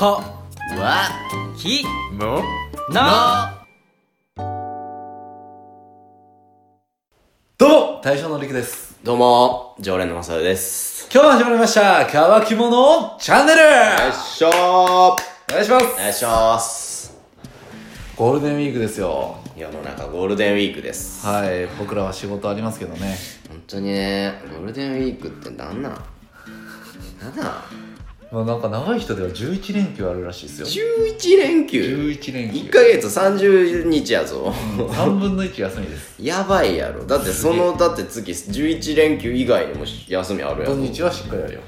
かわきもな。どうも大将のりくです。 どうも常連のまさるです。 今日も始まりました乾き物チャンネル。 よいしょー。 お願いします。 お願いします。 ゴールデンウィークですよ。 世の中ゴールデンウィークです。 はい、僕らは仕事ありますけどね。 本当にね、ゴールデンウィークってなんなんまあなんか長い人では11連休あるらしいですよ。 11連休 11連休 1ヶ月30日やぞ、 3分の1休みです。 やばいやろ。だってだって月11連休以外にも休みあるやろ。 土日はしっかりあります。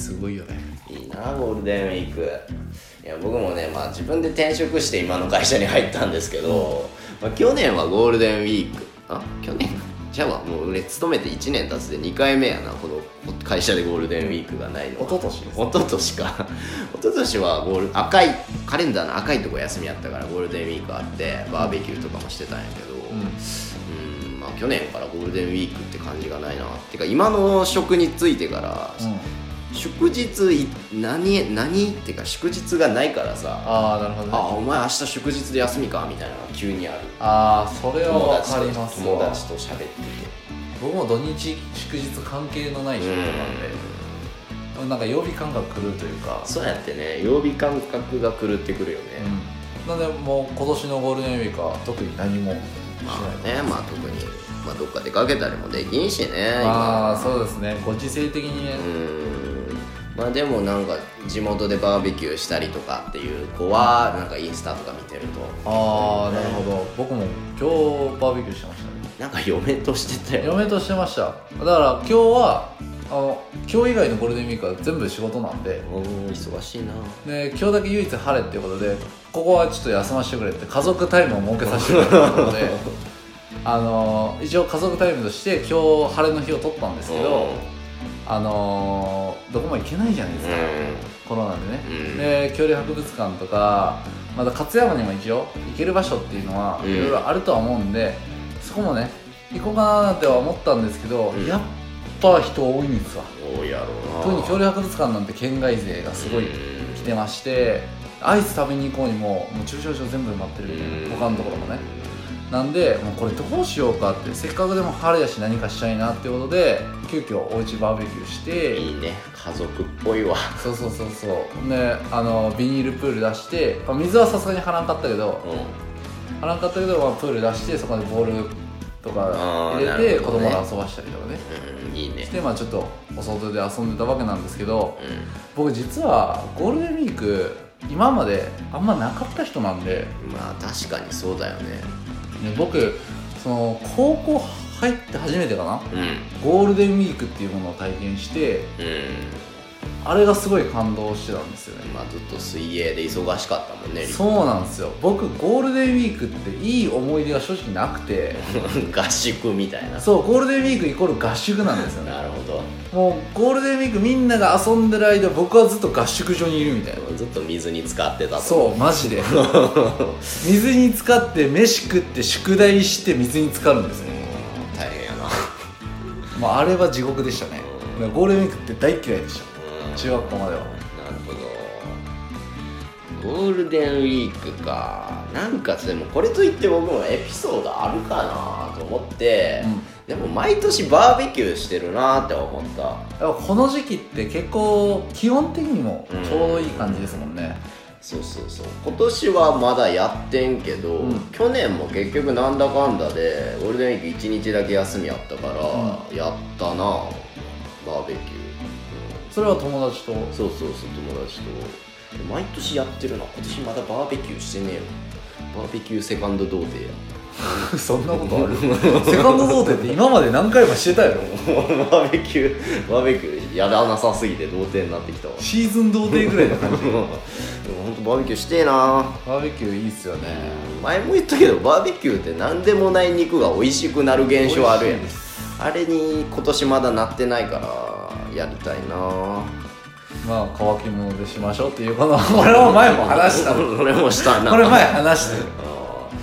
すごいよね。 いいなゴールデンウィーク。いや僕もね、自分で転職して今の会社に入ったんですけど、去年はゴールデンウィーク去年じゃあもう俺勤めて1年経つで2回目やな、この会社でゴールデンウィークがないのは。 一昨年です、 一昨年か一昨年は赤いカレンダーの赤いとこ休みやったからゴールデンウィークあってバーベキューとかもしてたんやけど、去年からゴールデンウィークって感じがないな。てか今の職に就いてから、祝日何ってか祝日がないからさ、 なるほどね。 お前明日祝日で休みかみたいなのが急にある。 それは分かりますわ。 友達と喋ってて、 僕も土日祝日関係のない仕事なんで、なんか曜日感覚狂うというか。 そうやってね、曜日感覚が狂ってくるよね。 なんでもう今年のゴールデンウィークは特に何もしない。 特にどっか出かけたりもできんしね。 そうですね、ご時世的にね。 でもなんか地元でバーベキューしたりとかっていう子はなんかインスタとか見てると、 なるほど。僕も今日バーベキューしてましたね。 なんか嫁としてたよ。 嫁としてました。だから今日は今日以外のゴールデンウィークは全部仕事なんで、 忙しいな。 で今日だけ唯一晴れっていうことで、ここはちょっと休ませてくれって家族タイムを設けさせてくれってことで一応家族タイムとして今日晴れの日を取ったんですけど、どこも行けないじゃないですか、コロナでね。で恐竜博物館とかまた勝山にも一応行ける場所っていうのはいろいろあるとは思うんで、そこもね行こうかななんては思ったんですけど、やっぱ人多いんですわ。 多いやろうな。 特に恐竜博物館なんて県外勢がすごい来てまして、アイス食べに行こうにもう駐車場全部埋まってるみたいな、他のところもね。なんでもうこれどうしようかって、せっかくでも晴れやし何かしたいなっていうことで急遽おうちバーベキューして。 いいね、家族っぽいわ。 そうでビニールプール出して、水はさすがに張らんかったけど、プール出してそこでボールとか入れて子供ら遊ばしたりとかね、 いいね。 してちょっとお外で遊んでたわけなんですけど、僕実はゴールデンウィーク今まであんまなかった人なんで。 確かにそうだよね。 僕高校入って初めてかな、ゴールデンウィークっていうものを体験して、あれがすごい感動してたんですよね。 ずっと水泳で忙しかったもんね。 そうなんですよ。僕ゴールデンウィークっていい思い出が正直なくて合宿みたいな。 ゴールデンウィークイコール合宿なんですよね。 なるほど。 もうゴールデンウィークみんなが遊んでる間、僕はずっと合宿所にいるみたいな。 ずっと水に浸かってたと。 そうマジで水に浸かって飯食って宿題して水に浸かるんですよ。 大変やな。 あれは地獄でしたね。ゴールデンウィークって大嫌いでした。中学校までは。 なるほど。ゴールデンウィークか。なんかでもこれといって僕もエピソードあるかなと思って、でも毎年バーベキューしてるなって思った。 この時期って結構気温的にもちょうどいい感じですもんね。 そう今年はまだやってんけど、去年も結局なんだかんだでゴールデンウィーク1日だけ休みあったから、やったなバーベキュー。 それは友達と。 そう友達と毎年やってるな。今年まだバーベキューしてねえよ。バーベキューセカンド童貞やそんなことあるセカンド童貞って今まで何回もしてたよバーベキューやらなさすぎて童貞になってきたわ。 シーズン童貞ぐらいな感じでもほんとバーベキューしてえな。 バーベキューいいっすよね。 前も言ったけどバーベキューって何でもない肉が美味しくなる現象あるやん。あれに今年まだなってないからやりたいな。 乾き物でしましょうっていうこれは前も話した俺もしたな。 これ前話してる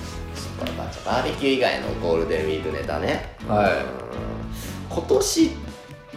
バーベキュー以外のゴールデンウィークネタね。 今年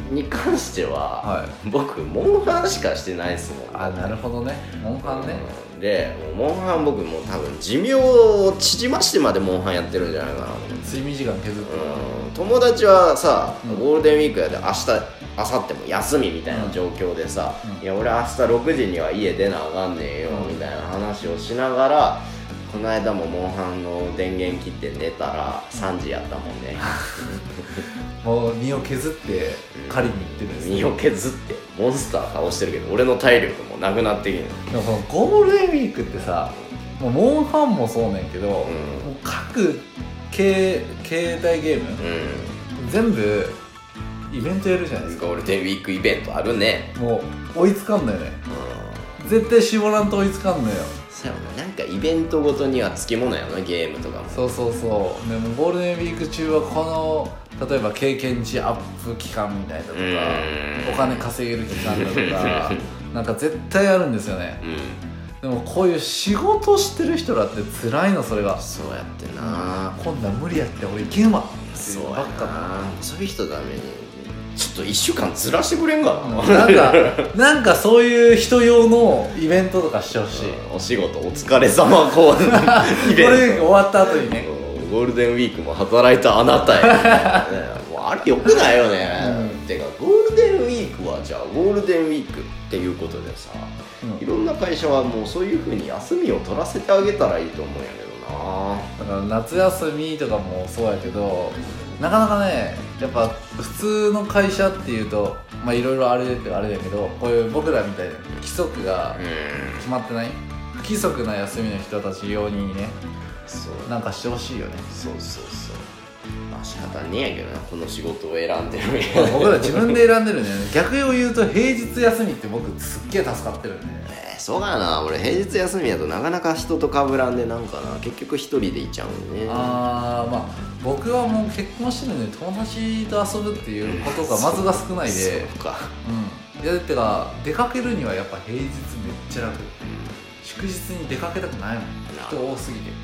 に関しては、 はい、 僕モンハンしかしてないですもん。 あ、なるほどね、モンハンね、 でモンハン僕もう多分寿命を縮ましてまでモンハンやってるんじゃないかなと思って。 睡眠時間削って、 友達はさ、ゴールデンウィークやで明日明後日も休みみたいな状況でさ、いや俺明日6時には家出なあかんねんよみたいな話をしながら、この間もモンハンの電源切って寝たら3時やったもんねもう身を削って狩りに行ってるんです、 身を削ってモンスター倒してるけど俺の体力もなくなってきてる。 でもこのゴールデンウィークってさ、もうモンハンもそうねんけど、もう各携帯ゲーム、全部イベントやるじゃないですか。 ゴールデンウィークイベントあるね。 もう追いつかんのよね、絶対絞らんと追いつかんのよ。 そうやな、なんかイベントごとにはつきものやな、ゲームとかも。 そうそうそう。でもゴールデンウィーク中はこの例えば経験値アップ期間みたいなとか、お金稼げる期間だとかなんか絶対あるんですよね、でもこういう仕事してる人らって辛いの、それが。 そうやってな、 こんなん無理やって俺いけんわってそうばっかな。そういう人のためにちょっと1週間ずらしてくれんかな、なんかそういう人用のイベントとかしてほしい、 お仕事お疲れ様こうイベントこれ終わった後にね、 ゴールデンウィークも働いたあなたや、もうあれよくないよね、てかゴールデンウィークはじゃあゴールデンウィークっていうことでさ、いろんな会社はもうそういう風に休みを取らせてあげたらいいと思うんやけどな。 だから夏休みとかもそうやけど、なかなかね、やっぱ普通の会社っていうとまあいろいろあれだけど、こういう僕らみたいな規則が決まってない、不規則な休みの人たち用にね、そうなんかしてほしいよね。 そうまあ仕方ねえやけどな、この仕事を選んでる僕ら自分で選んでるね。逆を言うと平日休みって僕すっげえ助かってるね。 そうかな、俺平日休みやとなかなか人と被らんで、なんかな結局一人でいちゃうんね。 まあ僕はもう結婚してるので友達と遊ぶっていうことがまずが少ないで、 そうか、 いやだってか出かけるにはやっぱ平日めっちゃ楽、祝日に出かけたくないもん、人多すぎて。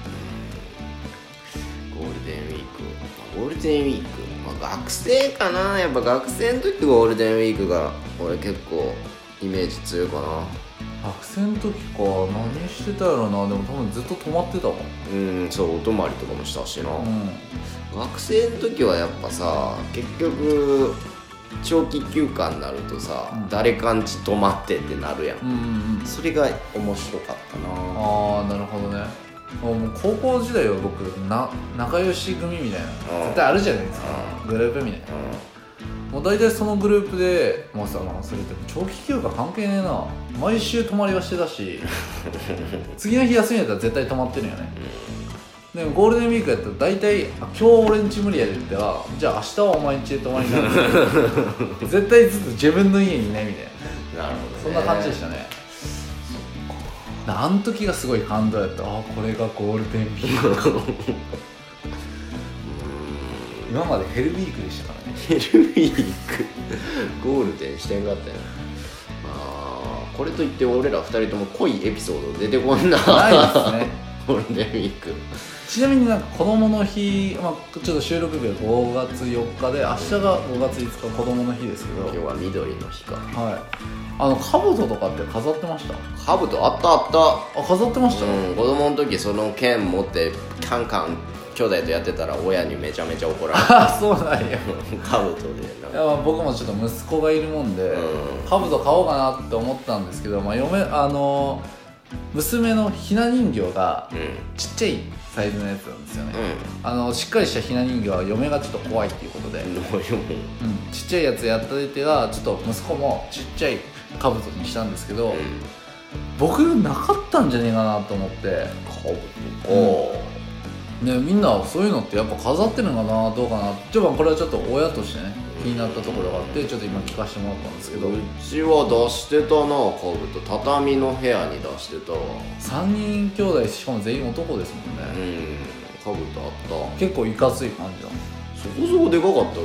ゴールデンウィーク、ゴールデンウィーク、学生かな、やっぱ学生の時ゴールデンウィークが俺結構イメージ強いかな。 学生の時か、何してたやろな。でも多分ずっと泊まってたわ。 そう、お泊まりとかもしたしな、学生の時はやっぱさ、結局長期休暇になるとさ、誰かんち泊まってってなるやん、それが面白かったな。 なるほどね。もう高校時代は僕仲良し組みたいな絶対あるじゃないですか、グループみたいな、もう大体そのグループでもうさ、それって長期休暇関係ねえな、毎週泊まりはしてたし次の日休みやったら絶対泊まってるよね、でもゴールデンウィークやったら大体今日俺んち無理やでって言ったら、じゃあ明日はお前んちで泊まりになる絶対ずっと自分の家にいないみたいな。なるほど、ね、そんな感じでしたね。あの時がすごい感動やった。これがゴールデンウィーク今までヘルウィークでしたからね。 ヘルウィークゴールデンしてんかったよ。これといって俺ら2人とも濃いエピソード出てこんな。 ないですねゴールデンウィーク。 ちなみになんか子供の日、ちょっと収録日が5月4日で明日が5月5日子供の日ですけど、 今日は緑の日か。 はい。兜とかって飾ってました？ 兜あった飾ってました？ 子供の時その剣持ってカンカン兄弟とやってたら親にめちゃめちゃ怒られた。 そうなんや。 兜で。 いや僕もちょっと息子がいるもんで、兜買おうかなって思ったんですけど、娘のひな人形がちっちゃいサイズのやつなんですよね、しっかりしたひな人形は嫁がちょっと怖いっていうことで、ちっちゃいやつやった手がちょっと息子もちっちゃい兜にしたんですけど、僕なかったんじゃねえかなと思って。ね、みんなそういうのってやっぱ飾ってるのかなどうかな。これはちょっと親としてね気になったところがあって、ちょっと今聞かせてもらったんですけど、 うちは出してたな、兜。畳の部屋に出してたわ。 3人兄弟、しかも全員男ですもんね。 兜あった。 結構いかつい感じだ。 そこそこでかかったけ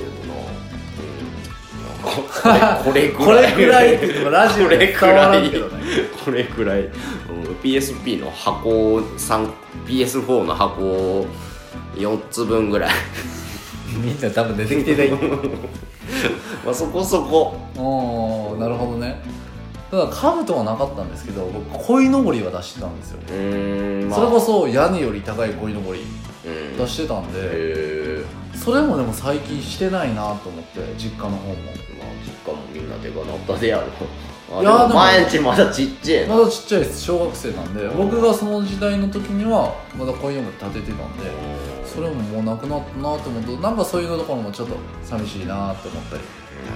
どな。これくらいって言ってもラジオで伝わらんけどね。これくらい、PSP の箱PS4 の箱4つ分ぐらいみんな多分出てきてないまあそこそこ。 おー、なるほどね。ただ兜はなかったんですけど、僕鯉のぼりは出してたんですよ。 まあ、 それこそ屋根より高い鯉のぼり出してたんで、それもでも最近してないなと思って、実家の方も。 まあ実家もみんなでかなったでやろ。 いやでも毎日まだちっちゃいな。 まだちっちゃいです。小学生なんで、僕がその時代の時にはまだ鯉のぼり立ててたんで、それももうなくなったなと思うと、なんかそういうところもちょっと寂しいなと思ったり。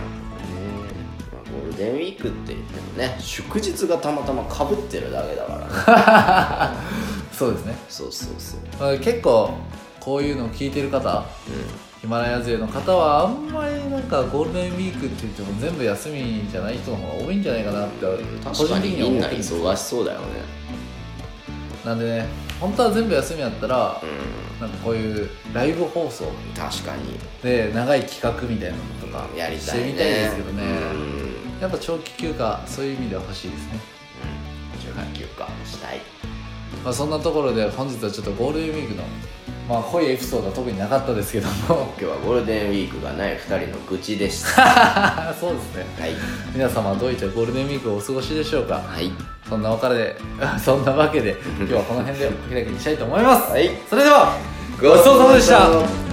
ゴールデンウィークって言ってもね、祝日がたまたまかぶってるだけだからね。 そうですね。 そうそうそう。 結構こういうのを聞いてる方、ヒマラヤ勢の方はあんまりなんかゴールデンウィークって言っても全部休みじゃない人の方が多いんじゃないかなって個人的には思ってるんです。 みんな忙しそうだよね。 なんでね、本当は全部休みやったら、なんかこういうライブ放送確かにで長い企画みたいなのとかやりたいね。 してみたいですけどね。やっぱ長期休暇、そういう意味では欲しいですね。 長期休暇したい。 まあそんなところで本日はちょっとゴールデンウィークの濃いエピソードは特になかったですけども、 今日はゴールデンウィークがない2人の愚痴でした。 そうですね。 はい。 皆様はどういったゴールデンウィークをお過ごしでしょうか。 はい。 そんなわけで今日はこの辺でお開きにしたいと思います。 はい。 それではごちそうさまでした。